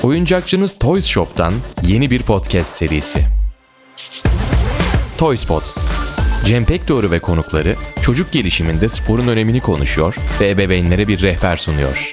Oyuncakçınız Toys Shop'tan yeni bir podcast serisi. Toyspot. Cem Pekdoğru ve konukları çocuk gelişiminde sporun önemini konuşuyor ve ebeveynlere bir rehber sunuyor.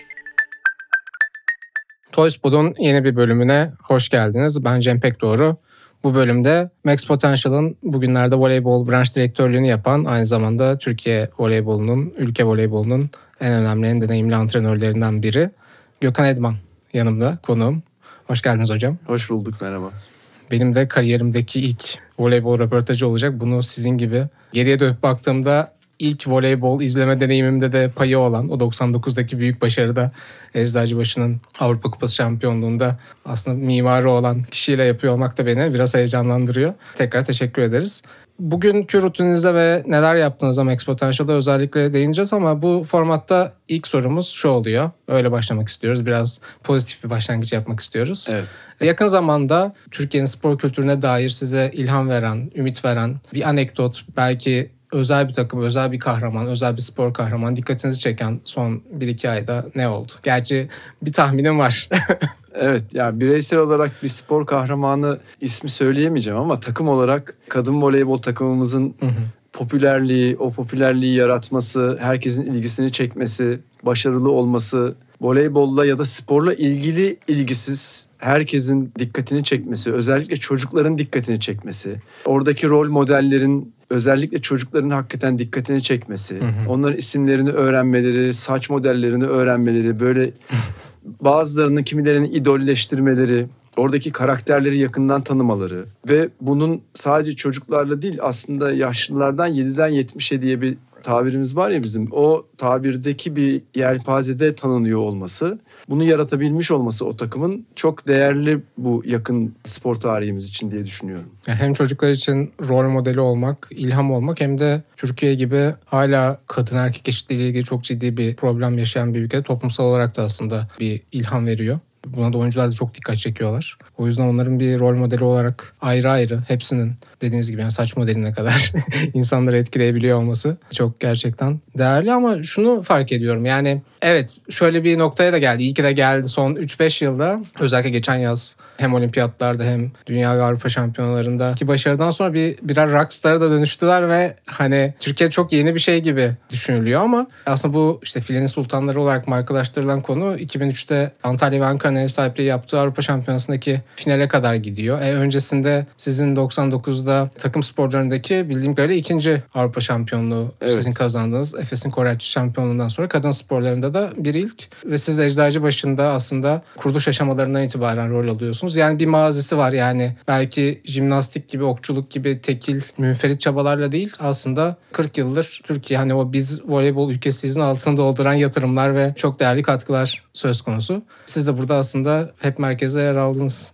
Toyspot'un yeni bir bölümüne hoş geldiniz. Ben Cem Pekdoğru. Bu bölümde Max Potential'ın bugünlerde voleybol branş direktörlüğünü yapan, aynı zamanda Türkiye voleybolunun, ülke voleybolunun en önemli, en deneyimli antrenörlerinden biri Gökhan Edman yanımda, konuğum. Hoş geldiniz hocam. Hoş bulduk, merhaba. Benim de kariyerimdeki ilk voleybol röportajı olacak. Bunu sizin gibi geriye dönüp baktığımda ilk voleybol izleme deneyimimde de payı olan, o 99'daki büyük başarıda Eczacıbaşı'nın Avrupa Kupası şampiyonluğunda aslında mimarı olan kişiyle yapıyor olmak da beni biraz heyecanlandırıyor. Tekrar teşekkür ederiz. Bugünkü rutininizde ve neler yaptığınızda Max Potential'da özellikle değineceğiz ama bu formatta ilk sorumuz şu oluyor. Öyle başlamak istiyoruz. Biraz pozitif bir başlangıç yapmak istiyoruz. Evet. Yakın zamanda Türkiye'nin spor kültürüne dair size ilham veren, ümit veren bir anekdot, belki özel bir takım, özel bir kahraman, özel bir spor kahraman dikkatinizi çeken son 1-2 ayda ne oldu? Gerçi bir tahminim var. Evet, yani bireysel olarak bir spor kahramanı ismi söyleyemeyeceğim ama takım olarak kadın voleybol takımımızın popülerliği, o popülerliği yaratması, herkesin ilgisini çekmesi, başarılı olması, voleybolla ya da sporla ilgili ilgisiz herkesin dikkatini çekmesi, özellikle çocukların dikkatini çekmesi, oradaki rol modellerin özellikle çocukların hakikaten dikkatini çekmesi, onların isimlerini öğrenmeleri, saç modellerini öğrenmeleri, böyle bazılarının kimilerini idolleştirmeleri, oradaki karakterleri yakından tanımaları ve bunun sadece çocuklarla değil aslında yaşlılardan 7'den 70'e diye bir tabirimiz var ya bizim, o tabirdeki bir yelpazede tanınıyor olması, bunu yaratabilmiş olması o takımın çok değerli bu yakın spor tarihimiz için diye düşünüyorum. Hem çocuklar için rol modeli olmak, ilham olmak, hem de Türkiye gibi hala kadın erkek eşitliğiyle ilgili çok ciddi bir problem yaşayan bir ülke toplumsal olarak da aslında bir ilham veriyor. Buna da oyuncular da çok dikkat çekiyorlar. O yüzden onların bir rol modeli olarak ayrı ayrı hepsinin dediğiniz gibi yani saç modeline kadar insanları etkileyebiliyor olması çok gerçekten değerli. Ama şunu fark ediyorum, yani evet, şöyle bir noktaya da geldi. İyi ki de geldi son 3-5 yılda, özellikle geçen yaz hem olimpiyatlarda hem dünya ve Avrupa şampiyonalarındaki başarıdan sonra birer rockstar'a da dönüştüler ve hani Türkiye çok yeni bir şey gibi düşünülüyor ama aslında bu işte filenin sultanları olarak markalaştırılan konu 2003'te Antalya ve Ankara'nın ev sahipliği yaptığı Avrupa Şampiyonası'ndaki finale kadar gidiyor. Öncesinde sizin 99'da takım sporlarındaki bildiğim kadarıyla ikinci Avrupa şampiyonluğu sizin kazandığınız Efes'in Koreçi şampiyonluğundan sonra kadın sporlarında da bir ilk ve siz Eczacıbaşı'nda aslında kuruluş aşamalarından itibaren rol alıyorsunuz. Yani bir mazisi var, yani belki jimnastik gibi, okçuluk gibi tekil, münferit çabalarla değil, aslında 40 yıldır Türkiye hani o biz voleybol ülkesiyizin altını dolduran yatırımlar ve çok değerli katkılar söz konusu. Siz de burada aslında hep merkezde yer aldınız.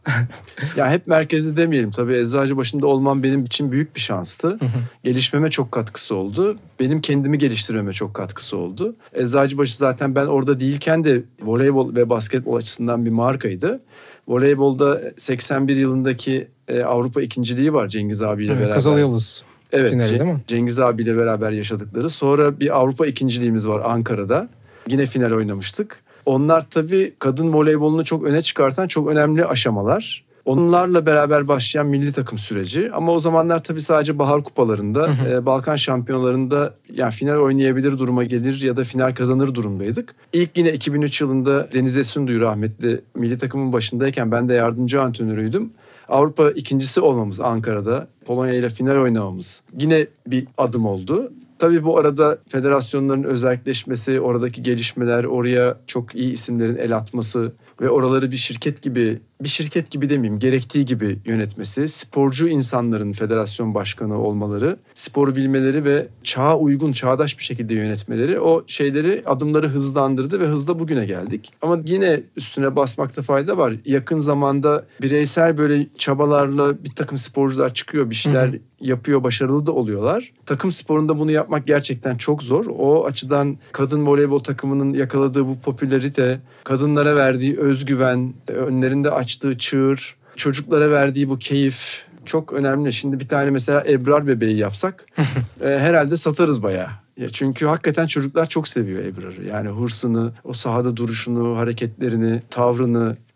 Ya hep merkezde demeyelim tabii, Eczacıbaşı'nda olmam benim için büyük bir şanstı. Gelişmeme çok katkısı oldu. Benim kendimi geliştirmeme çok katkısı oldu. Eczacıbaşı zaten ben orada değilken de voleybol ve basketbol açısından bir markaydı. Voleybolda 81 yılındaki Avrupa ikinciliği var Cengiz abiyle beraber. Kızıl Yıldız. Evet, finali değil mi? Cengiz abiyle beraber yaşadıkları. Sonra bir Avrupa ikinciliğimiz var Ankara'da. Yine final oynamıştık. Onlar tabii kadın voleybolunu çok öne çıkartan çok önemli aşamalar. Onlarla beraber başlayan milli takım süreci. Ama o zamanlar tabii sadece bahar kupalarında, Balkan şampiyonalarında yani final oynayabilir duruma gelir ya da final kazanır durumdaydık. İlk yine 2003 yılında Deniz Esunduy rahmetli milli takımın başındayken ben de yardımcı antrenörüydüm. Avrupa ikincisi olmamız Ankara'da, Polonya ile final oynamamız yine bir adım oldu. Tabii bu arada federasyonların özelleşmesi, oradaki gelişmeler, oraya çok iyi isimlerin el atması ve oraları bir şirket gibi demeyeyim, gerektiği gibi yönetmesi, sporcu insanların federasyon başkanı olmaları, sporu bilmeleri ve çağa uygun, çağdaş bir şekilde yönetmeleri o şeyleri, adımları hızlandırdı ve hızla bugüne geldik. Ama yine üstüne basmakta fayda var. Yakın zamanda bireysel böyle çabalarla bir takım sporcular çıkıyor, bir şeyler yapıyor, başarılı da oluyorlar. Takım sporunda bunu yapmak gerçekten çok zor. O açıdan kadın voleybol takımının yakaladığı bu popülarite, kadınlara verdiği özgüven, önlerinde açtığı çığır, çocuklara verdiği bu keyif çok önemli. Şimdi bir tane mesela Ebrar bebeği yapsak herhalde satarız bayağı. Ya çünkü hakikaten çocuklar çok seviyor Ebrar'ı. Yani hırsını, o sahada duruşunu, hareketlerini, tavrını.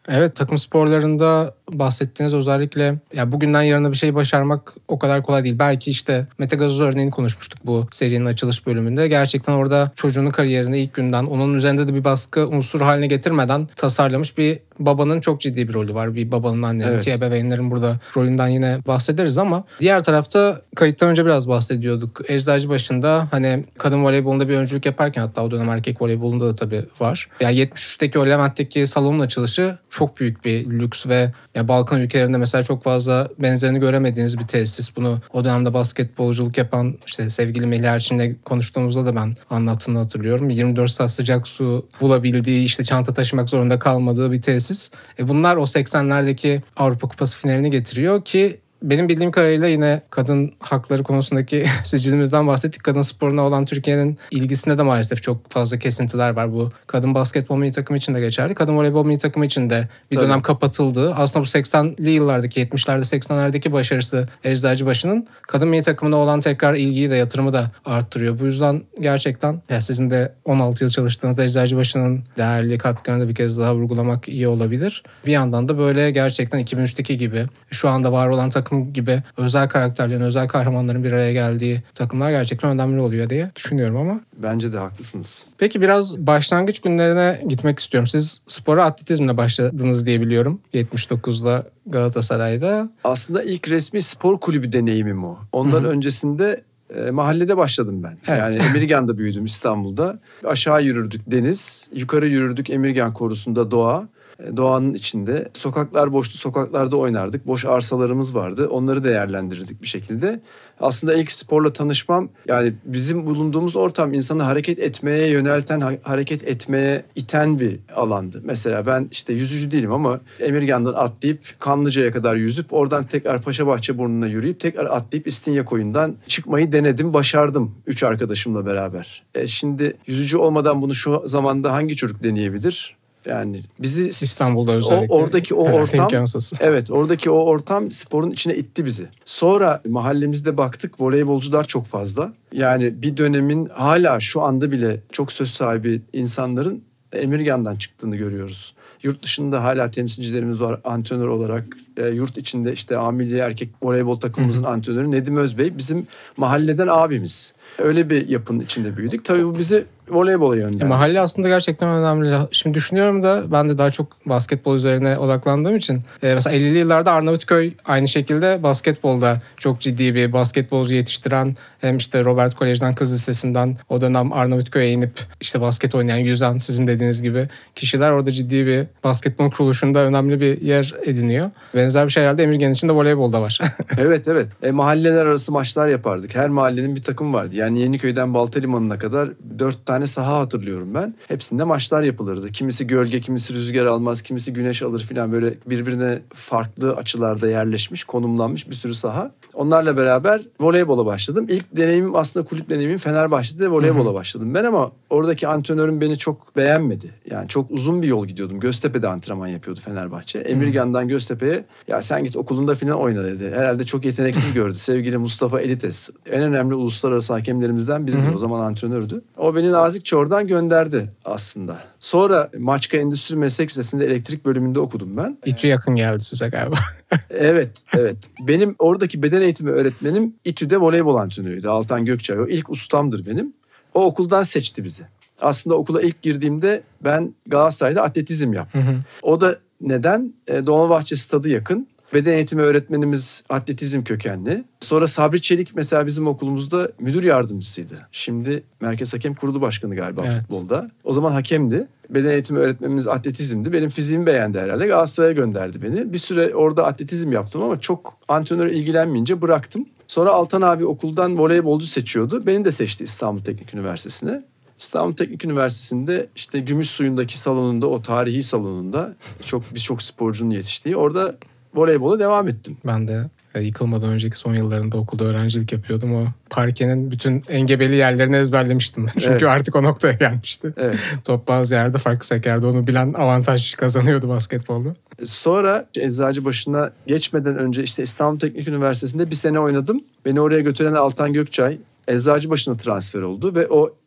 Evet, takım sporlarında bahsettiğiniz özellikle ya bugünden yarına bir şey başarmak o kadar kolay değil. Belki işte Mete Gazoz örneğini konuşmuştuk bu serinin açılış bölümünde. Gerçekten orada çocuğunun kariyerini ilk günden onun üzerinde de bir baskı unsuru haline getirmeden tasarlamış bir babanın çok ciddi bir rolü var. Bir babanın, annenin ki ebeveynlerin burada rolünden yine bahsederiz ama diğer tarafta kayıttan önce biraz bahsediyorduk. Eczacıbaşı'nda hani kadın voleybolunda bir öncülük yaparken, hatta o dönem erkek voleybolunda da tabii var. Yani 73'teki o Levent'teki salonun açılışı çok büyük bir lüks ve ya Balkan ülkelerinde mesela çok fazla benzerini göremediğiniz bir tesis. Bunu o dönemde basketbolculuk yapan işte sevgili Melih Erçin'le konuştuğumuzda da ben anlattığını hatırlıyorum. 24 saat sıcak su bulabildiği, işte çanta taşımak zorunda kalmadığı bir tesis. Bunlar o 80'lerdeki Avrupa Kupası finalini getiriyor ki benim bildiğim kadarıyla yine kadın hakları konusundaki sicilimizden bahsettik. Kadın sporuna olan Türkiye'nin ilgisinde de maalesef çok fazla kesintiler var. Bu kadın basketbol milli takımı için de geçerli. Kadın voleybol milli takımı için de bir dönem kapatıldı. Aslında bu 80'li yıllardaki, 70'lerde 80'lerdeki başarısı Eczacıbaşı'nın kadın milli takımına olan tekrar ilgiyi de, yatırımı da arttırıyor. Bu yüzden gerçekten ya sizin de 16 yıl çalıştığınızda Eczacıbaşı'nın değerli katkılarını da bir kez daha vurgulamak iyi olabilir. Bir yandan da böyle gerçekten 2003'teki gibi şu anda var olan takım gibi özel karakterlerin, özel kahramanların bir araya geldiği takımlar gerçekten önemli oluyor diye düşünüyorum ama. Bence de haklısınız. Peki biraz başlangıç günlerine gitmek istiyorum. Siz spora atletizmle başladınız diye biliyorum. 79'da Galatasaray'da. Aslında ilk resmi spor kulübü deneyimim o. Ondan öncesinde mahallede başladım ben. Evet. Yani Emirgan'da büyüdüm, İstanbul'da. Aşağı yürürdük deniz, yukarı yürürdük Emirgan korusunda doğa. Doğanın içinde. Sokaklar boştu, sokaklarda oynardık. Boş arsalarımız vardı. Onları değerlendirirdik bir şekilde. Aslında ilk sporla tanışmam, yani bizim bulunduğumuz ortam insanı hareket etmeye yönelten, hareket etmeye iten bir alandı. Mesela ben işte yüzücü değilim ama Emirgan'dan atlayıp Kanlıca'ya kadar yüzüp oradan tekrar Paşabahçeburnu'na yürüyüp tekrar atlayıp İstinye Koyun'dan çıkmayı denedim, başardım 3 arkadaşımla beraber. Şimdi yüzücü olmadan bunu şu zamanda hangi çocuk deneyebilir? Yani bizi İstanbul'da özellikle oradaki o ortam, imkansız. evet, oradaki o ortam sporun içine itti bizi. Sonra mahallemizde baktık, voleybolcular çok fazla. Yani bir dönemin hala şu anda bile çok söz sahibi insanların Emirgan'dan çıktığını görüyoruz. Yurt dışında hala temsilcilerimiz var antrenör olarak. Yurt içinde işte A-Milli erkek voleybol takımımızın antrenörü Nedim Özbey bizim mahalleden abimiz. Öyle bir yapının içinde büyüdük. Tabii bu bizi voleybola yönlendirdi. Mahalle aslında gerçekten önemli. Şimdi düşünüyorum da ben de daha çok basketbol üzerine odaklandığım için. Mesela 50'li yıllarda Arnavutköy aynı şekilde basketbolda çok ciddi bir basketbolcu yetiştiren, hem işte Robert Kolej'den, Kız Lisesi'nden o dönem Arnavutköy'e inip işte basket oynayan, yüzen, sizin dediğiniz gibi kişiler orada ciddi bir basketbol kuruluşunda önemli bir yer ediniyor. Benzer bir şey herhalde Emirgan için de voleybolda var. Evet. Mahalleler arası maçlar yapardık. Her mahallenin bir takım vardı. Yani Yeniköy'den Baltalimanı'na kadar 4 tane saha hatırlıyorum ben. Hepsinde maçlar yapılırdı. Kimisi gölge, kimisi rüzgar almaz, kimisi güneş alır filan, böyle birbirine farklı açılarda yerleşmiş, konumlanmış bir sürü saha. Onlarla beraber voleybola başladım. İlk deneyimim aslında kulüp deneyimim Fenerbahçe'de voleybola başladım ben ama oradaki antrenörüm beni çok beğenmedi. Yani çok uzun bir yol gidiyordum. Göztepe'de antrenman yapıyordu Fenerbahçe. Emirgan'dan Göztepe'ye ya sen git okulunda filan oyna dedi. Herhalde çok yeteneksiz gördü. Sevgili Mustafa Elites. En önemli uluslararası hakemlerimizden biridir. O zaman antrenördü. O beni nazikçe oradan gönderdi aslında. Sonra Maçka Endüstri Meslek Lisesi'nde elektrik bölümünde okudum ben. İTÜ yakın geldi size galiba. Evet. Benim oradaki beden eğitimi öğretmenim İTÜ'de voleybol antrenörüydü. Altan Gökçay. O ilk ustamdır benim. O okuldan seçti bizi. Aslında okula ilk girdiğimde ben Galatasaray'da atletizm yaptım. O da neden? Dolmabahçe Stadı yakın. Beden eğitimi öğretmenimiz atletizm kökenli. Sonra Sabri Çelik mesela bizim okulumuzda müdür yardımcısıydı. Şimdi Merkez Hakem Kurulu Başkanı galiba futbolda. O zaman hakemdi. Beden eğitimi öğretmenimiz atletizmdi. Benim fiziğimi beğendi herhalde. Galatasaray'a gönderdi beni. Bir süre orada atletizm yaptım ama çok antrenöre ilgilenmeyince bıraktım. Sonra Altan abi okuldan voleybolcu seçiyordu. Beni de seçti İstanbul Teknik Üniversitesi'ne. İstanbul Teknik Üniversitesi'nde işte Gümüşsuyu'ndaki salonunda, o tarihi salonunda birçok sporcunun yetiştiği, orada voleybola devam ettim. Ben de yıkılmadan önceki son yıllarında okulda öğrencilik yapıyordum. O parkenin bütün engebeli yerlerini ezberlemiştim. Çünkü artık o noktaya gelmişti. Evet. Top bazı yerde farklı sekerdi. Onu bilen avantaj kazanıyordu basketbolda. Sonra Eczacıbaşı'na geçmeden önce işte İstanbul Teknik Üniversitesi'nde bir sene oynadım. Beni oraya götüren Altan Gökçay Eczacıbaşı'na transfer oldu ve o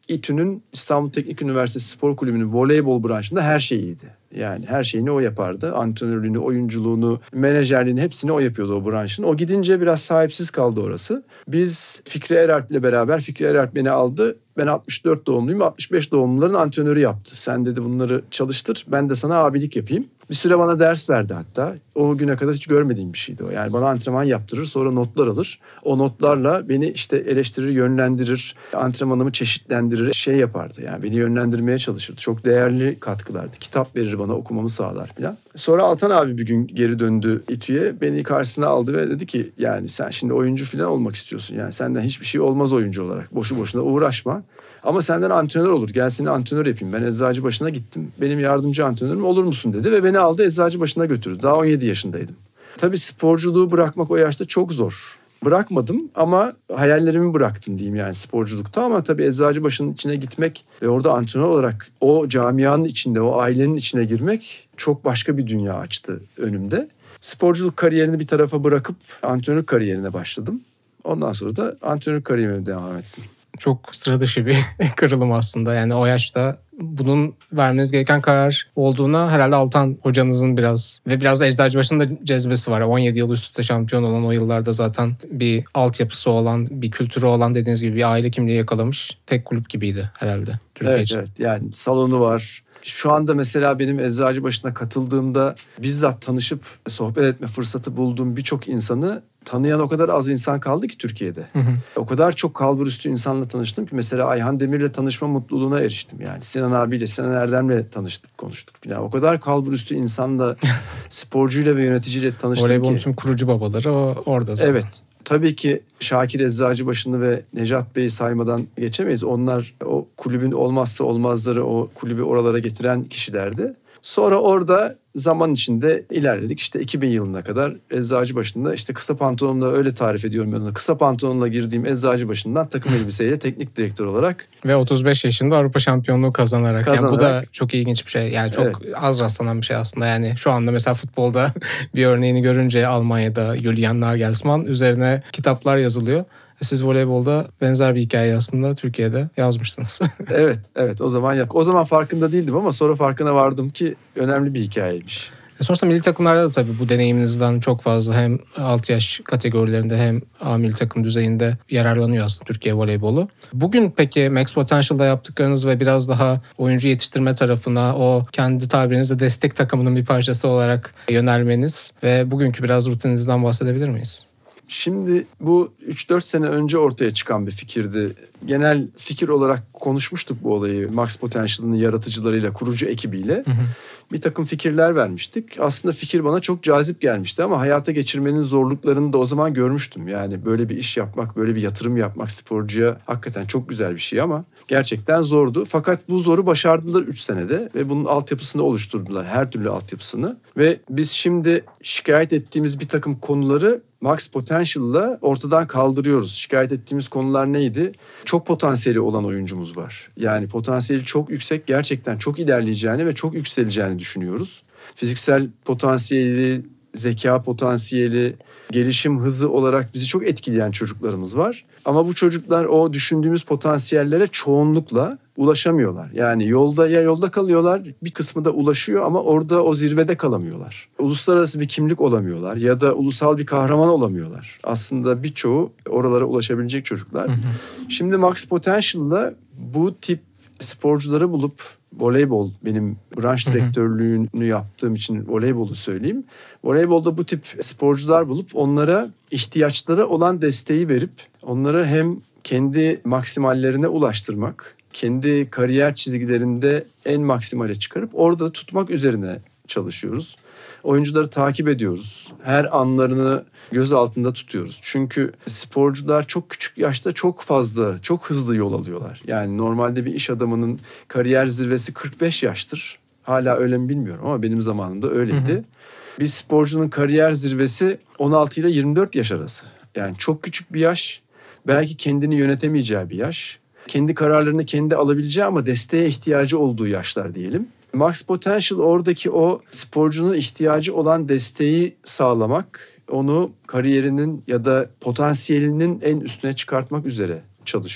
İTÜ'nün İstanbul Teknik Üniversitesi Spor Kulübü'nün voleybol branşında her şeyiydi. Yani her şeyini o yapardı. Antrenörlüğünü, oyunculuğunu, menajerliğini hepsini o yapıyordu o branşın. O gidince biraz sahipsiz kaldı orası. Biz Fikri Eralp ile beraber, Fikri Eralp beni aldı. Ben 64 doğumluyum. 65 doğumluların antrenörü yaptı. Sen dedi bunları çalıştır. Ben de sana abilik yapayım. Bir süre bana ders verdi hatta. O güne kadar hiç görmediğim bir şeydi o. Yani bana antrenman yaptırır, sonra notlar alır. O notlarla beni işte eleştirir, yönlendirir, antrenmanımı çeşitlendirir, şey yapardı. Yani beni yönlendirmeye çalışırdı. Çok değerli katkılardı. Kitap verir bana, okumamı sağlar falan. Sonra Altan abi bir gün geri döndü İTÜ'ye. Beni karşısına aldı ve dedi ki yani sen şimdi oyuncu falan olmak istiyorsun. Yani senden hiçbir şey olmaz oyuncu olarak. Boşu boşuna uğraşma. Ama senden antrenör olur. Gel seni antrenör yapayım. Ben Eczacıbaşı'na gittim. Benim yardımcı antrenörüm olur musun dedi ve beni aldı Eczacıbaşı'na götürdü. Daha 17 yaşındaydım. Tabii sporculuğu bırakmak o yaşta çok zor. Bırakmadım ama hayallerimi bıraktım diyeyim yani sporculukta. Ama tabii Eczacıbaşı'nın içine gitmek ve orada antrenör olarak o camianın içinde, o ailenin içine girmek çok başka bir dünya açtı önümde. Sporculuk kariyerini bir tarafa bırakıp antrenör kariyerine başladım. Ondan sonra da antrenör kariyerime devam ettim. Çok sıra dışı bir kırılım aslında. Yani o yaşta bunun vermeniz gereken karar olduğuna herhalde Altan hocanızın biraz da Eczacıbaşı'nın da cezbesi var. 17 yıl üst üste şampiyon olan, o yıllarda zaten bir altyapısı olan, bir kültürü olan, dediğiniz gibi bir aile kimliği yakalamış tek kulüp gibiydi herhalde Türkiye için. Evet yani salonu var. Şu anda mesela benim Eczacıbaşı'na katıldığımda bizzat tanışıp sohbet etme fırsatı bulduğum birçok insanı tanıyan o kadar az insan kaldı ki Türkiye'de. O kadar çok kalburüstü insanla tanıştım ki mesela Ayhan Demir'le tanışma mutluluğuna eriştim yani. Sinan abiyle, Sinan Erdem'le tanıştık, konuştuk falan. O kadar kalburüstü insanla, sporcuyla ve yöneticiyle tanıştım Voleybolun ki. tüm kurucu babaları orada zaten. Evet. Tabii ki Şakir Eczacıbaşı'nı ve Necat Bey'i saymadan geçemeyiz. Onlar o kulübün olmazsa olmazları, o kulübü oralara getiren kişilerdi. Sonra orada zaman içinde ilerledik. İşte 2000 yılına kadar Eczacıbaşı'nda işte kısa pantolonla, öyle tarif ediyorum ben onu. Kısa pantolonla girdiğim Eczacıbaşı'ndan takım elbiseyle teknik direktör olarak. Ve 35 yaşında Avrupa şampiyonluğu kazanarak. Yani bu da çok ilginç bir şey. Yani çok az rastlanan bir şey aslında. Yani şu anda mesela futbolda bir örneğini görünce Almanya'da Julian Nagelsmann üzerine kitaplar yazılıyor. Siz voleybolda benzer bir hikaye aslında Türkiye'de yazmışsınız. Evet o zaman farkında değildim ama sonra farkına vardım ki önemli bir hikayeymiş. Sonuçta milli takımlarda da tabii bu deneyiminizden çok fazla hem alt yaş kategorilerinde hem A milli takım düzeyinde yararlanıyor aslında Türkiye voleybolu. Bugün peki Max Potential'da yaptıklarınız ve biraz daha oyuncu yetiştirme tarafına, o kendi tabirinizde destek takımının bir parçası olarak yönelmeniz ve bugünkü biraz rutininizden bahsedebilir miyiz? Şimdi bu 3-4 sene önce ortaya çıkan bir fikirdi. Genel fikir olarak konuşmuştuk bu olayı. Max Potential'ın yaratıcılarıyla, kurucu ekibiyle. Bir takım fikirler vermiştik. Aslında fikir bana çok cazip gelmişti ama hayata geçirmenin zorluklarını da o zaman görmüştüm. Yani böyle bir iş yapmak, böyle bir yatırım yapmak sporcuya hakikaten çok güzel bir şey ama gerçekten zordu. Fakat bu zoru başardılar 3 senede ve bunun altyapısını oluşturdular. Her türlü altyapısını. Ve biz şimdi şikayet ettiğimiz bir takım konuları Max Potential'la ortadan kaldırıyoruz. Şikayet ettiğimiz konular neydi? Çok potansiyeli olan oyuncumuz var. Yani potansiyeli çok yüksek, gerçekten çok ilerleyeceğini ve çok yükseleceğini düşünüyoruz. Fiziksel potansiyeli, zeka potansiyeli, gelişim hızı olarak bizi çok etkileyen çocuklarımız var. Ama bu çocuklar o düşündüğümüz potansiyellere çoğunlukla ulaşamıyorlar. Yani yolda kalıyorlar, bir kısmı da ulaşıyor ama orada o zirvede kalamıyorlar. Uluslararası bir kimlik olamıyorlar ya da ulusal bir kahraman olamıyorlar. Aslında birçoğu oralara ulaşabilecek çocuklar. Şimdi Max Potential'da bu tip sporcuları bulup, voleybol, benim branş direktörlüğünü yaptığım için voleybolu söyleyeyim. Voleybolda bu tip sporcular bulup onlara ihtiyaçları olan desteği verip onları hem kendi maksimallerine ulaştırmak, kendi kariyer çizgilerinde en maksimale çıkarıp orada tutmak üzerine çalışıyoruz. Oyuncuları takip ediyoruz. Her anlarını göz altında tutuyoruz. Çünkü sporcular çok küçük yaşta çok hızlı yol alıyorlar. Yani normalde bir iş adamının kariyer zirvesi 45 yaştır. Hala öyle mi bilmiyorum ama benim zamanımda öyleydi. Bir sporcunun kariyer zirvesi 16 ile 24 yaş arası. Yani çok küçük bir yaş. Belki kendini yönetemeyeceği bir yaş. Kendi kararlarını kendi alabileceği ama desteğe ihtiyacı olduğu yaşlar diyelim. Max Potential oradaki o sporcunun ihtiyacı olan desteği sağlamak, onu kariyerinin ya da potansiyelinin en üstüne çıkartmak üzere çalışıyor.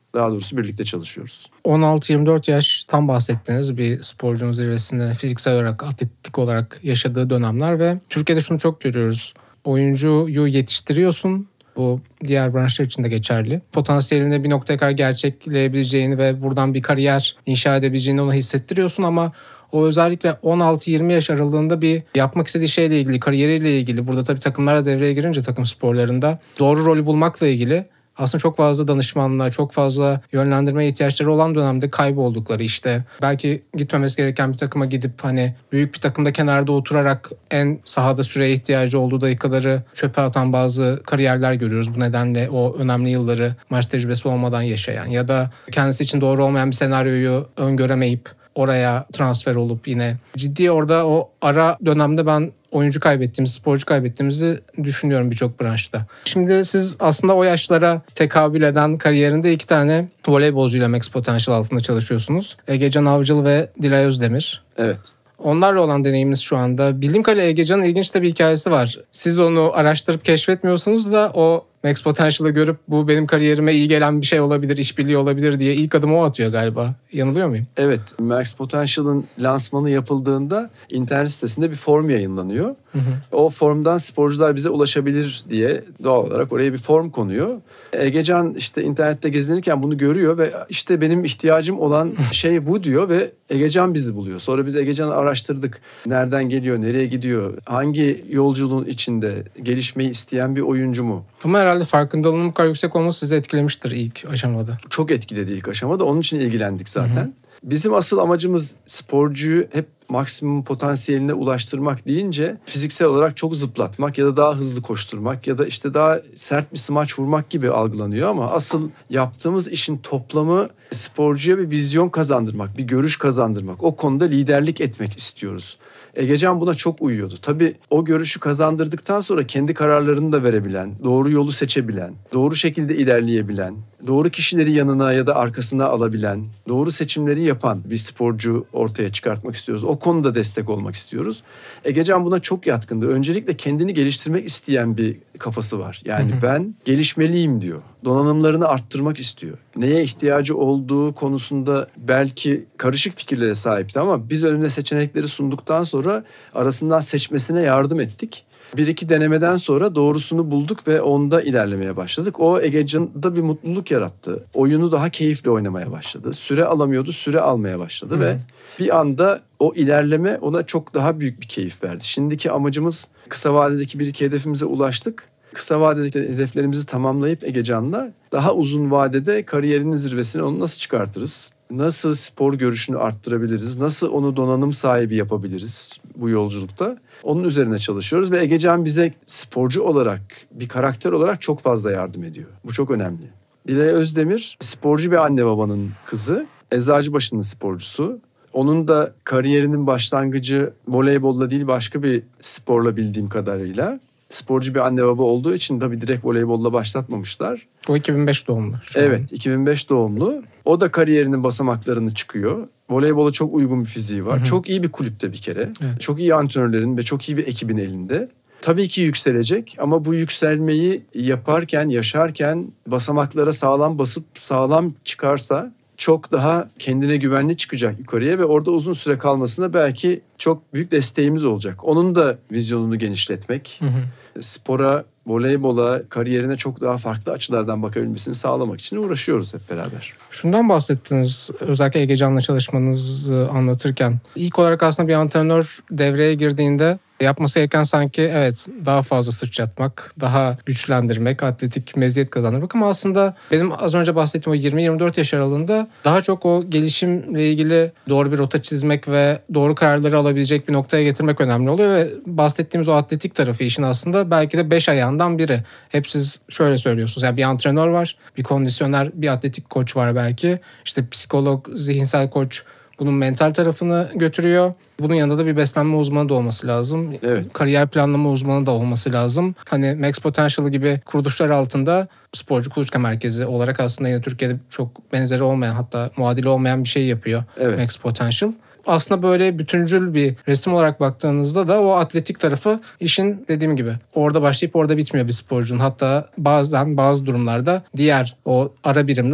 Daha doğrusu birlikte çalışıyoruz. 16-24 yaş tam bahsettiğiniz bir sporcunun zirvesini fiziksel olarak, atletik olarak yaşadığı dönemler ve Türkiye'de şunu çok görüyoruz. Oyuncuyu yetiştiriyorsun. Bu diğer branşlar için de geçerli. Potansiyelini bir noktaya kadar gerçekleyebileceğini ve buradan bir kariyer inşa edebileceğini ona hissettiriyorsun ama o özellikle 16-20 yaş aralığında bir yapmak istediği şeyle ilgili, kariyeriyle ilgili, burada tabii takımlara devreye girince takım sporlarında doğru rolü bulmakla ilgili aslında çok fazla danışmanlığa, çok fazla yönlendirmeye ihtiyaçları olan dönemde kayboldukları, işte belki gitmemesi gereken bir takıma gidip hani büyük bir takımda kenarda oturarak en sahada süreye ihtiyacı olduğu dakikaları çöpe atan bazı kariyerler görüyoruz. Bu nedenle o önemli yılları maç tecrübesi olmadan yaşayan ya da kendisi için doğru olmayan bir senaryoyu öngöremeyip oraya transfer olup yine ciddi orada o ara dönemde ben oyuncu kaybettiğimiz, sporcu kaybettiğimizi düşünüyorum birçok branşta. Şimdi siz aslında o yaşlara tekabül eden kariyerinde 2 tane voleybolcuyla Max Potential altında çalışıyorsunuz. Egecan Avcıl ve Dilay Özdemir. Evet. Onlarla olan deneyimimiz şu anda. Bildiğim kadarıyla Egecan'ın ilginç de bir hikayesi var. Siz onu araştırıp keşfetmiyorsunuz da o Max Potential'ı görüp bu benim kariyerime iyi gelen bir şey olabilir, işbirliği olabilir diye ilk adımı o atıyor galiba. Yanılıyor muyum? Evet, Max Potential'ın lansmanı yapıldığında internet sitesinde bir form yayınlanıyor. O formdan sporcular bize ulaşabilir diye doğal olarak oraya bir form konuyor. Egecan işte internette gezinirken bunu görüyor ve işte benim ihtiyacım olan şey bu diyor ve Egecan bizi buluyor. Sonra biz Egecan'ı araştırdık. Nereden geliyor, nereye gidiyor, hangi yolculuğun içinde, gelişmeyi isteyen bir oyuncu mu? Ama herhalde farkındalığının bu kadar yüksek olması sizi etkilemiştir ilk aşamada. Çok etkiledi ilk aşamada. Onun için ilgilendik zaten. Bizim asıl amacımız sporcuyu hep maksimum potansiyeline ulaştırmak deyince fiziksel olarak çok zıplatmak ya da daha hızlı koşturmak ya da işte daha sert bir smaç vurmak gibi algılanıyor ama asıl yaptığımız işin toplamı sporcuya bir vizyon kazandırmak, bir görüş kazandırmak. O konuda liderlik etmek istiyoruz. Egecan buna çok uyuyordu. Tabii o görüşü kazandırdıktan sonra kendi kararlarını da verebilen, doğru yolu seçebilen, doğru şekilde ilerleyebilen, doğru kişileri yanına ya da arkasına alabilen, doğru seçimleri yapan bir sporcu ortaya çıkartmak istiyoruz. O konuda destek olmak istiyoruz. Egecan buna çok yatkındı. Öncelikle kendini geliştirmek isteyen bir kafası var. Yani ben gelişmeliyim diyor. Donanımlarını arttırmak istiyor. Neye ihtiyacı olduğu konusunda belki karışık fikirlere sahipti ama biz önüne seçenekleri sunduktan sonra arasından seçmesine yardım ettik. 1-2 denemeden sonra doğrusunu bulduk ve onda ilerlemeye başladık. O Egecan'da bir mutluluk yarattı. Oyunu daha keyifli oynamaya başladı. Süre alamıyordu, süre almaya başladı ve bir anda o ilerleme ona çok daha büyük bir keyif verdi. Şimdiki amacımız kısa vadedeki 1-2 hedefimize ulaştık. Kısa vadedeki hedeflerimizi tamamlayıp Egecan'la daha uzun vadede kariyerinin zirvesine onu nasıl çıkartırız? Nasıl spor görüşünü arttırabiliriz? Nasıl onu donanım sahibi yapabiliriz bu yolculukta? Onun üzerine çalışıyoruz ve Egecan bize sporcu olarak, bir karakter olarak çok fazla yardım ediyor. Bu çok önemli. Dilay Özdemir sporcu bir anne babanın kızı. Eczacıbaşı'nın sporcusu. Onun da kariyerinin başlangıcı voleybolla değil başka bir sporla bildiğim kadarıyla. Sporcu bir anne baba olduğu için tabii direkt voleybolla başlatmamışlar. O 2005 doğumlu. Evet, 2005 doğumlu. O da kariyerinin basamaklarını çıkıyor. Voleybola çok uygun bir fiziği var. Çok iyi bir kulüpte bir kere. Evet. Çok iyi antrenörlerin ve çok iyi bir ekibin elinde. Tabii ki yükselecek ama bu yükselmeyi yaparken, yaşarken basamaklara sağlam basıp sağlam çıkarsa çok daha kendine güvenli çıkacak yukarıya ve orada uzun süre kalmasına belki çok büyük desteğimiz olacak. Onun da vizyonunu genişletmek, spora, voleybola, kariyerine çok daha farklı açılardan bakabilmesini sağlamak için uğraşıyoruz hep beraber. Şundan bahsettiniz, özellikle Egecan'la çalışmanızı anlatırken. İlk olarak aslında bir antrenör devreye girdiğinde yapması gereken sanki evet daha fazla sıçratmak, daha güçlendirmek, atletik meziyet kazandırmak ama aslında benim az önce bahsettiğim o 20-24 yaş aralığında daha çok o gelişimle ilgili doğru bir rota çizmek ve doğru kararları alabilecek bir noktaya getirmek önemli oluyor ve bahsettiğimiz o atletik tarafı işin aslında belki de 5 ayağından biri. Hep siz şöyle söylüyorsunuz, yani bir antrenör var, bir kondisyoner, bir atletik koç var belki, işte psikolog, zihinsel koç bunun mental tarafını götürüyor. Bunun yanında da bir beslenme uzmanı da olması lazım. Evet. Kariyer planlama uzmanı da olması lazım. Hani Max Potential gibi kuruluşlar altında sporcu kuluçka merkezi olarak aslında yine Türkiye'de çok benzeri olmayan, hatta muadili olmayan bir şey yapıyor Max Potential. Aslında böyle bütüncül bir resim olarak baktığınızda da o atletik tarafı işin dediğim gibi orada başlayıp orada bitmiyor bir sporcunun. Hatta bazen bazı durumlarda diğer o ara birimler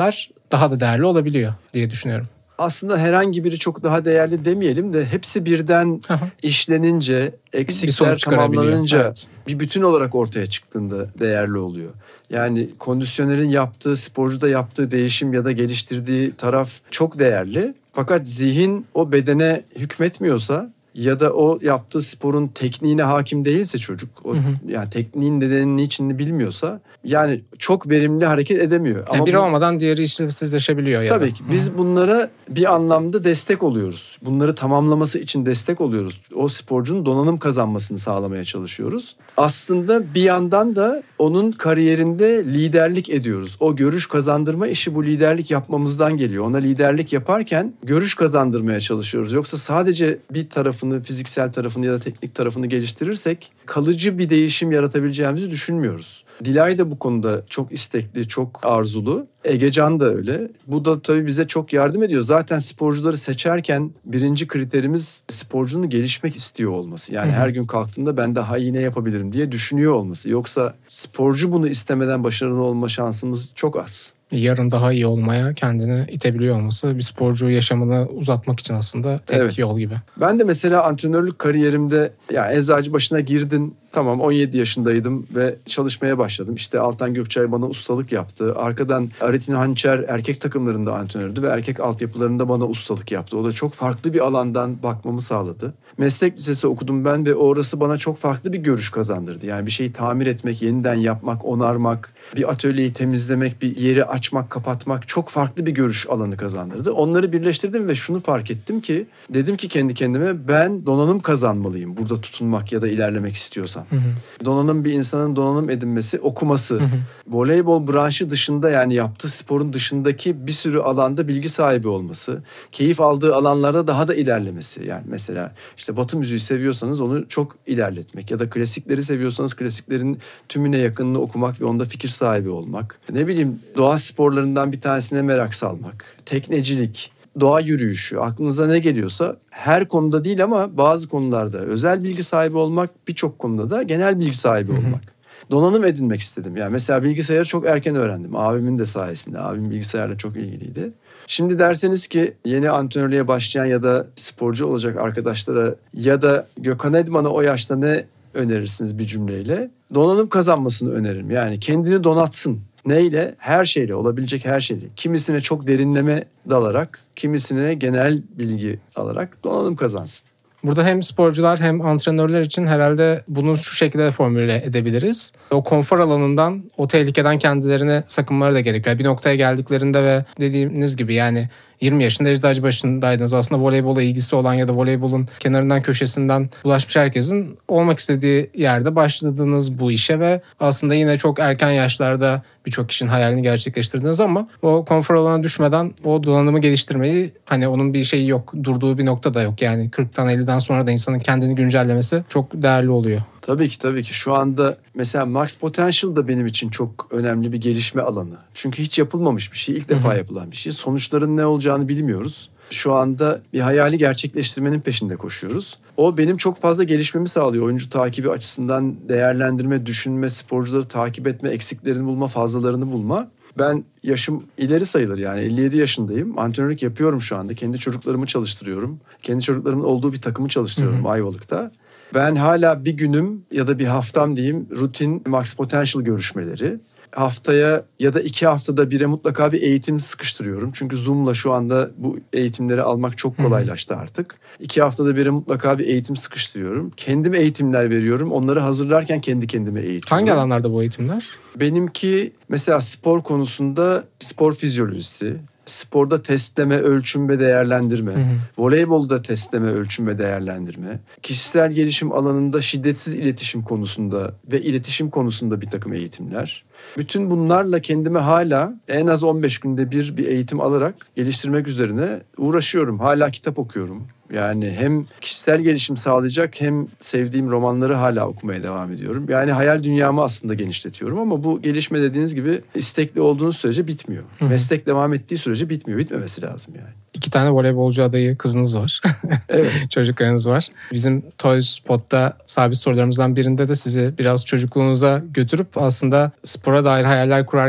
daha da değerli olabiliyor diye düşünüyorum. Aslında herhangi biri çok daha değerli demeyelim de hepsi birden işlenince, eksikler tamamlanınca evet. bir bütün olarak ortaya çıktığında değerli oluyor. Yani kondisyonerin yaptığı, sporcuda yaptığı değişim ya da geliştirdiği taraf çok değerli. Fakat zihin o bedene hükmetmiyorsa ya da o yaptığı sporun tekniğine hakim değilse çocuk, yani tekniğin nedenini niçinini bilmiyorsa yani çok verimli hareket edemiyor. Yani biri olmadan diğeri işlevsizleşebiliyor. Tabii ki biz bunlara bir anlamda destek oluyoruz. Bunları tamamlaması için destek oluyoruz. O sporcunun donanım kazanmasını sağlamaya çalışıyoruz. Aslında bir yandan da onun kariyerinde liderlik ediyoruz. O görüş kazandırma işi bu liderlik yapmamızdan geliyor. Ona liderlik yaparken görüş kazandırmaya çalışıyoruz. Yoksa sadece bir tarafını, fiziksel tarafını ya da teknik tarafını geliştirirsek kalıcı bir değişim yaratabileceğimizi düşünmüyoruz. Dilay da bu konuda çok istekli, çok arzulu. Egecan da öyle. Bu da tabii bize çok yardım ediyor. Zaten sporcuları seçerken birinci kriterimiz sporcunun gelişmek istiyor olması. Yani her gün kalktığında ben daha iyi ne yapabilirim diye düşünüyor olması. Yoksa sporcu bunu istemeden başarılı olma şansımız çok az. Yarın daha iyi olmaya kendini itebiliyor olması bir sporcu yaşamını uzatmak için aslında tek yol gibi. Ben de mesela antrenörlük kariyerimde ya Eczacıbaşı'na girdin. Tamam 17 yaşındaydım ve çalışmaya başladım. İşte Altan Gökçay bana ustalık yaptı. Arkadan Aretin Hançer erkek takımlarında antrenördü ve erkek altyapılarında bana ustalık yaptı. O da çok farklı bir alandan bakmamı sağladı. Meslek lisesi okudum ben ve orası bana çok farklı bir görüş kazandırdı. Yani bir şeyi tamir etmek, yeniden yapmak, onarmak, bir atölyeyi temizlemek, bir yeri açmak, kapatmak çok farklı bir görüş alanı kazandırdı. Onları birleştirdim ve şunu fark ettim ki dedim ki kendi kendime ben donanım kazanmalıyım burada tutunmak ya da ilerlemek istiyorsam. Donanım bir insanın donanım edinmesi, okuması, voleybol branşı dışında yani yaptığı sporun dışındaki bir sürü alanda bilgi sahibi olması, keyif aldığı alanlarda daha da ilerlemesi. Yani mesela işte Batı müziği seviyorsanız onu çok ilerletmek ya da klasikleri seviyorsanız klasiklerin tümüne yakınını okumak ve onda fikir sahibi olmak. Ne bileyim doğa sporlarından bir tanesine merak salmak, teknecilik, doğa yürüyüşü, aklınıza ne geliyorsa her konuda değil ama bazı konularda özel bilgi sahibi olmak, birçok konuda da genel bilgi sahibi olmak. Donanım edinmek istedim. Yani mesela bilgisayarı çok erken öğrendim. Abimin de sayesinde. Abim bilgisayarla çok ilgiliydi. Şimdi derseniz ki yeni antrenörlüğe başlayan ya da sporcu olacak arkadaşlara ya da Gökhan Edman'a o yaşta ne önerirsiniz bir cümleyle? Donanım kazanmasını öneririm. Yani kendini donatsın. Neyle? Her şeyle, olabilecek her şeyle. Kimisine çok derinleme dalarak, kimisine genel bilgi alarak donanım kazansın. Burada hem sporcular hem antrenörler için herhalde bunu şu şekilde formüle edebiliriz. O konfor alanından, o tehlikeden kendilerini sakınmaları da gerekiyor. Bir noktaya geldiklerinde ve dediğiniz gibi yani 20 yaşında Eczacıbaşı'ndaydınız. Aslında voleybola ilgisi olan ya da voleybolun kenarından köşesinden ulaşmış herkesin olmak istediği yerde başladınız bu işe ve aslında yine çok erken yaşlarda birçok kişinin hayalini gerçekleştirdiniz ama o konfor alanına düşmeden o donanımı geliştirmeyi hani onun bir şeyi yok, durduğu bir nokta da yok. Yani 40'tan 50'den sonra da insanın kendini güncellemesi çok değerli oluyor. Tabii ki şu anda mesela Max Potential da benim için çok önemli bir gelişme alanı. Çünkü hiç yapılmamış bir şey, ilk defa yapılan bir şey. Sonuçların ne olacağını bilmiyoruz. Şu anda bir hayali gerçekleştirmenin peşinde koşuyoruz. O benim çok fazla gelişmemi sağlıyor. Oyuncu takibi açısından değerlendirme, düşünme, sporcuları takip etme, eksiklerini bulma, fazlalarını bulma. Ben yaşım ileri sayılır yani 57 yaşındayım. Antrenörlük yapıyorum şu anda. Kendi çocuklarımı çalıştırıyorum. Kendi çocuklarımın olduğu bir takımı çalıştırıyorum Ayvalık'ta. Ben hala bir günüm ya da bir haftam diyeyim rutin Max Potential görüşmeleri. Haftaya ya da 2 haftada bire mutlaka bir eğitim sıkıştırıyorum. Çünkü Zoom'la şu anda bu eğitimleri almak çok kolaylaştı artık. 2 haftada bire mutlaka bir eğitim sıkıştırıyorum. Kendim eğitimler veriyorum. Onları hazırlarken kendi kendime eğitiyorum. Hangi alanlarda bu eğitimler? Benimki mesela spor konusunda spor fizyolojisi, sporda testleme, ölçüm ve değerlendirme, voleybolda testleme, ölçüm ve değerlendirme, kişisel gelişim alanında şiddetsiz iletişim konusunda ve iletişim konusunda bir takım eğitimler. Bütün bunlarla kendime hala en az 15 günde bir eğitim alarak geliştirmek üzerine uğraşıyorum. Hala kitap okuyorum. Yani hem kişisel gelişim sağlayacak hem sevdiğim romanları hala okumaya devam ediyorum. Yani hayal dünyamı aslında genişletiyorum ama bu gelişme dediğiniz gibi istekli olduğunuz sürece bitmiyor. Meslek devam ettiği sürece bitmiyor. Bitmemesi lazım yani. 2 tane voleybolcu adayı kızınız var. Evet. Çocuklarınız var. Bizim Toys Spot'ta sabit sorularımızdan birinde de sizi biraz çocukluğunuza götürüp aslında spora dair hayaller kurarken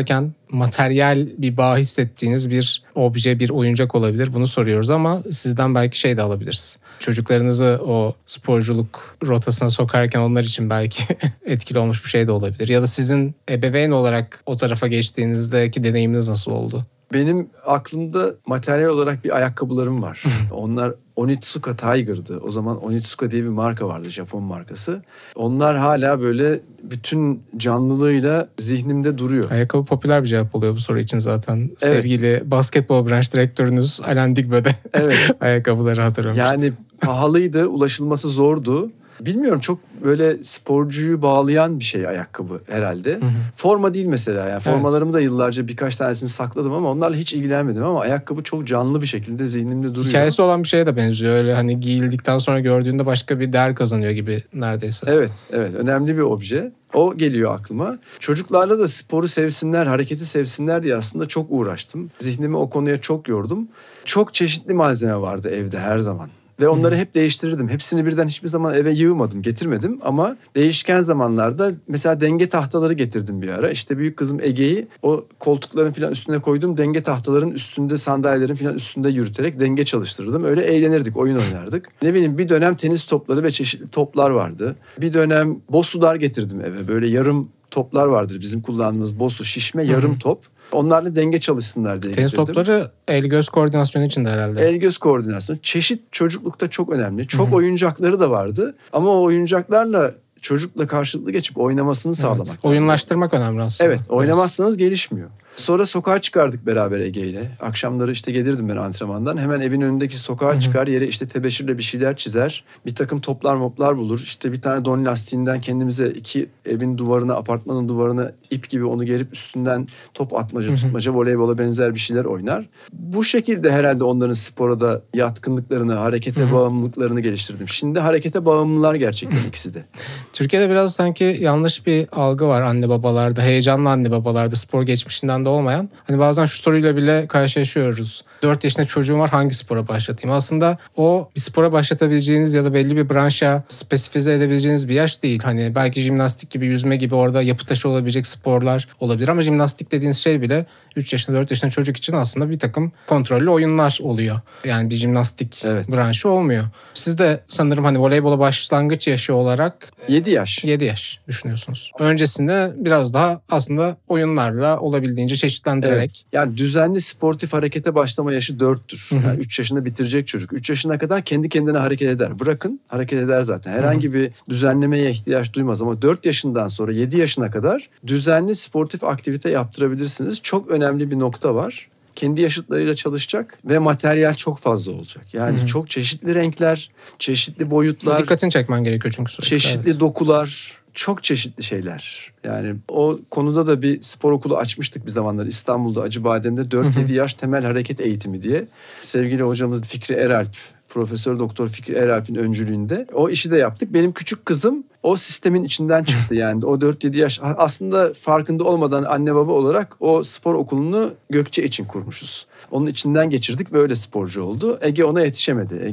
materyal bir bağ hissettiğiniz bir obje, bir oyuncak olabilir. Bunu soruyoruz ama sizden belki şey de alabiliriz. Çocuklarınızı o sporculuk rotasına sokarken onlar için belki etkili olmuş bir şey de olabilir. Ya da sizin ebeveyn olarak o tarafa geçtiğinizdeki deneyiminiz nasıl oldu? Benim aklımda materyal olarak bir ayakkabılarım var. Onlar Onitsuka Tiger'dı. O zaman Onitsuka diye bir marka vardı, Japon markası. Onlar hala böyle bütün canlılığıyla zihnimde duruyor. Ayakkabı popüler bir cevap oluyor bu soru için zaten. Evet. Sevgili basketbol branş direktörünüz Alain Digbe de Evet. ayakkabıları hatırlamıştı. Yani pahalıydı, ulaşılması zordu. Bilmiyorum, çok böyle sporcuyu bağlayan bir şey ayakkabı herhalde. Forma değil mesela. Yani formalarımı da yıllarca birkaç tanesini sakladım ama onlarla hiç ilgilenmedim ama ayakkabı çok canlı bir şekilde zihnimde duruyor. Hikayesi olan bir şeye de benziyor. Öyle hani giyildikten sonra gördüğünde başka bir değer kazanıyor gibi neredeyse. Evet, önemli bir obje. O geliyor aklıma. Çocuklarla da sporu sevsinler, hareketi sevsinler diye aslında çok uğraştım. Zihnimi o konuya çok yordum. Çok çeşitli malzeme vardı evde her zaman. Ve onları hep değiştirirdim. Hepsini birden hiçbir zaman eve yığmadım, getirmedim. Ama değişken zamanlarda mesela denge tahtaları getirdim bir ara. İşte büyük kızım Ege'yi o koltukların falan üstüne koydum. Denge tahtaların üstünde, sandalyelerin falan üstünde yürüterek denge çalıştırırdım. Öyle eğlenirdik, oyun oynardık. Ne bileyim, bir dönem tenis topları ve çeşitli toplar vardı. Bir dönem bosular getirdim eve. Böyle yarım toplar vardır bizim kullandığımız, bosu, şişme yarım top. Onlarla denge çalışsınlar diye Tenis getirdim. topları el-göz koordinasyonu için de herhalde. El-göz koordinasyonu. Çeşit çocuklukta çok önemli. Çok oyuncakları da vardı. Ama o oyuncaklarla çocukla karşılıklı geçip oynamasını sağlamak. Evet. Oyunlaştırmak önemli aslında. Evet, oynamazsanız gelişmiyor. Sonra sokağa çıkardık beraber Ege ile. Akşamları işte gelirdim ben antrenmandan. Hemen evin önündeki sokağa çıkar, yere işte tebeşirle bir şeyler çizer. Bir takım toplar bulur. İşte bir tane don lastiğinden kendimize iki evin duvarına, apartmanın duvarına ip gibi onu gerip üstünden top atmaca, tutmaca, voleybola benzer bir şeyler oynar. Bu şekilde herhalde onların spora da yatkınlıklarını, harekete bağımlılıklarını geliştirdim. Şimdi harekete bağımlılar gerçekten ikisi de. Türkiye'de biraz sanki yanlış bir algı var anne babalarda. Heyecanlı anne babalarda, spor geçmişinden de olmayan. Hani bazen şu soruyla bile karşılaşıyoruz. 4 yaşında çocuğum var, hangi spora başlatayım? Aslında o bir spora başlatabileceğiniz ya da belli bir branşa spesifize edebileceğiniz bir yaş değil. Hani belki jimnastik gibi, yüzme gibi orada yapı taşı olabilecek sporlar olabilir ama jimnastik dediğiniz şey bile 3 yaşında 4 yaşında çocuk için aslında bir takım kontrollü oyunlar oluyor. Yani bir jimnastik branşı olmuyor. Siz de sanırım hani voleybola başlangıç yaşı olarak 7 yaş. 7 yaş düşünüyorsunuz. Öncesinde biraz daha aslında oyunlarla olabildiğince çeşitlendirerek. Evet. Yani düzenli sportif harekete başlama yaşı 4'tür. Yani 3 yaşında bitirecek çocuk. 3 yaşına kadar kendi kendine hareket eder. Bırakın, hareket eder zaten. Herhangi bir düzenlemeye ihtiyaç duymaz ama 4 yaşından sonra 7 yaşına kadar düzenli sportif aktivite yaptırabilirsiniz. Çok önemli bir nokta var. Kendi yaşıtlarıyla çalışacak ve materyal çok fazla olacak. Yani çok çeşitli renkler, çeşitli boyutlar. Dikkatini çekmen gerekiyor çünkü sürekli. Çeşitli dokular, çok çeşitli şeyler. Yani o konuda da bir spor okulu açmıştık bir zamanlar İstanbul'da, Acıbadem'de 4-7 yaş temel hareket eğitimi diye. Sevgili hocamız Fikri Eralp, Profesör Doktor Fikri Eralp'in öncülüğünde o işi de yaptık. Benim küçük kızım o sistemin içinden çıktı yani. O 4-7 yaş aslında farkında olmadan anne baba olarak o spor okulunu Gökçe için kurmuşuz. Onun içinden geçirdik ve öyle sporcu oldu. Ege ona yetişemedi.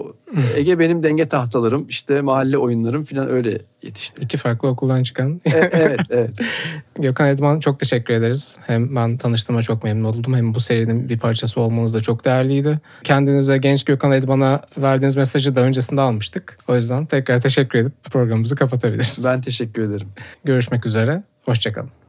Ege benim denge tahtalarım, işte mahalle oyunlarım falan öyle yetişti. 2 farklı okuldan çıkan. Evet. Gökhan Edman, çok teşekkür ederiz. Hem ben tanıştığıma çok memnun oldum. Hem bu serinin bir parçası olmanız da çok değerliydi. Kendinize, genç Gökhan Edman'a verdiğiniz mesajı da öncesinde almıştık. O yüzden tekrar teşekkür edip programımızı kapatabiliriz. Ben teşekkür ederim. Görüşmek üzere. Hoşça kalın.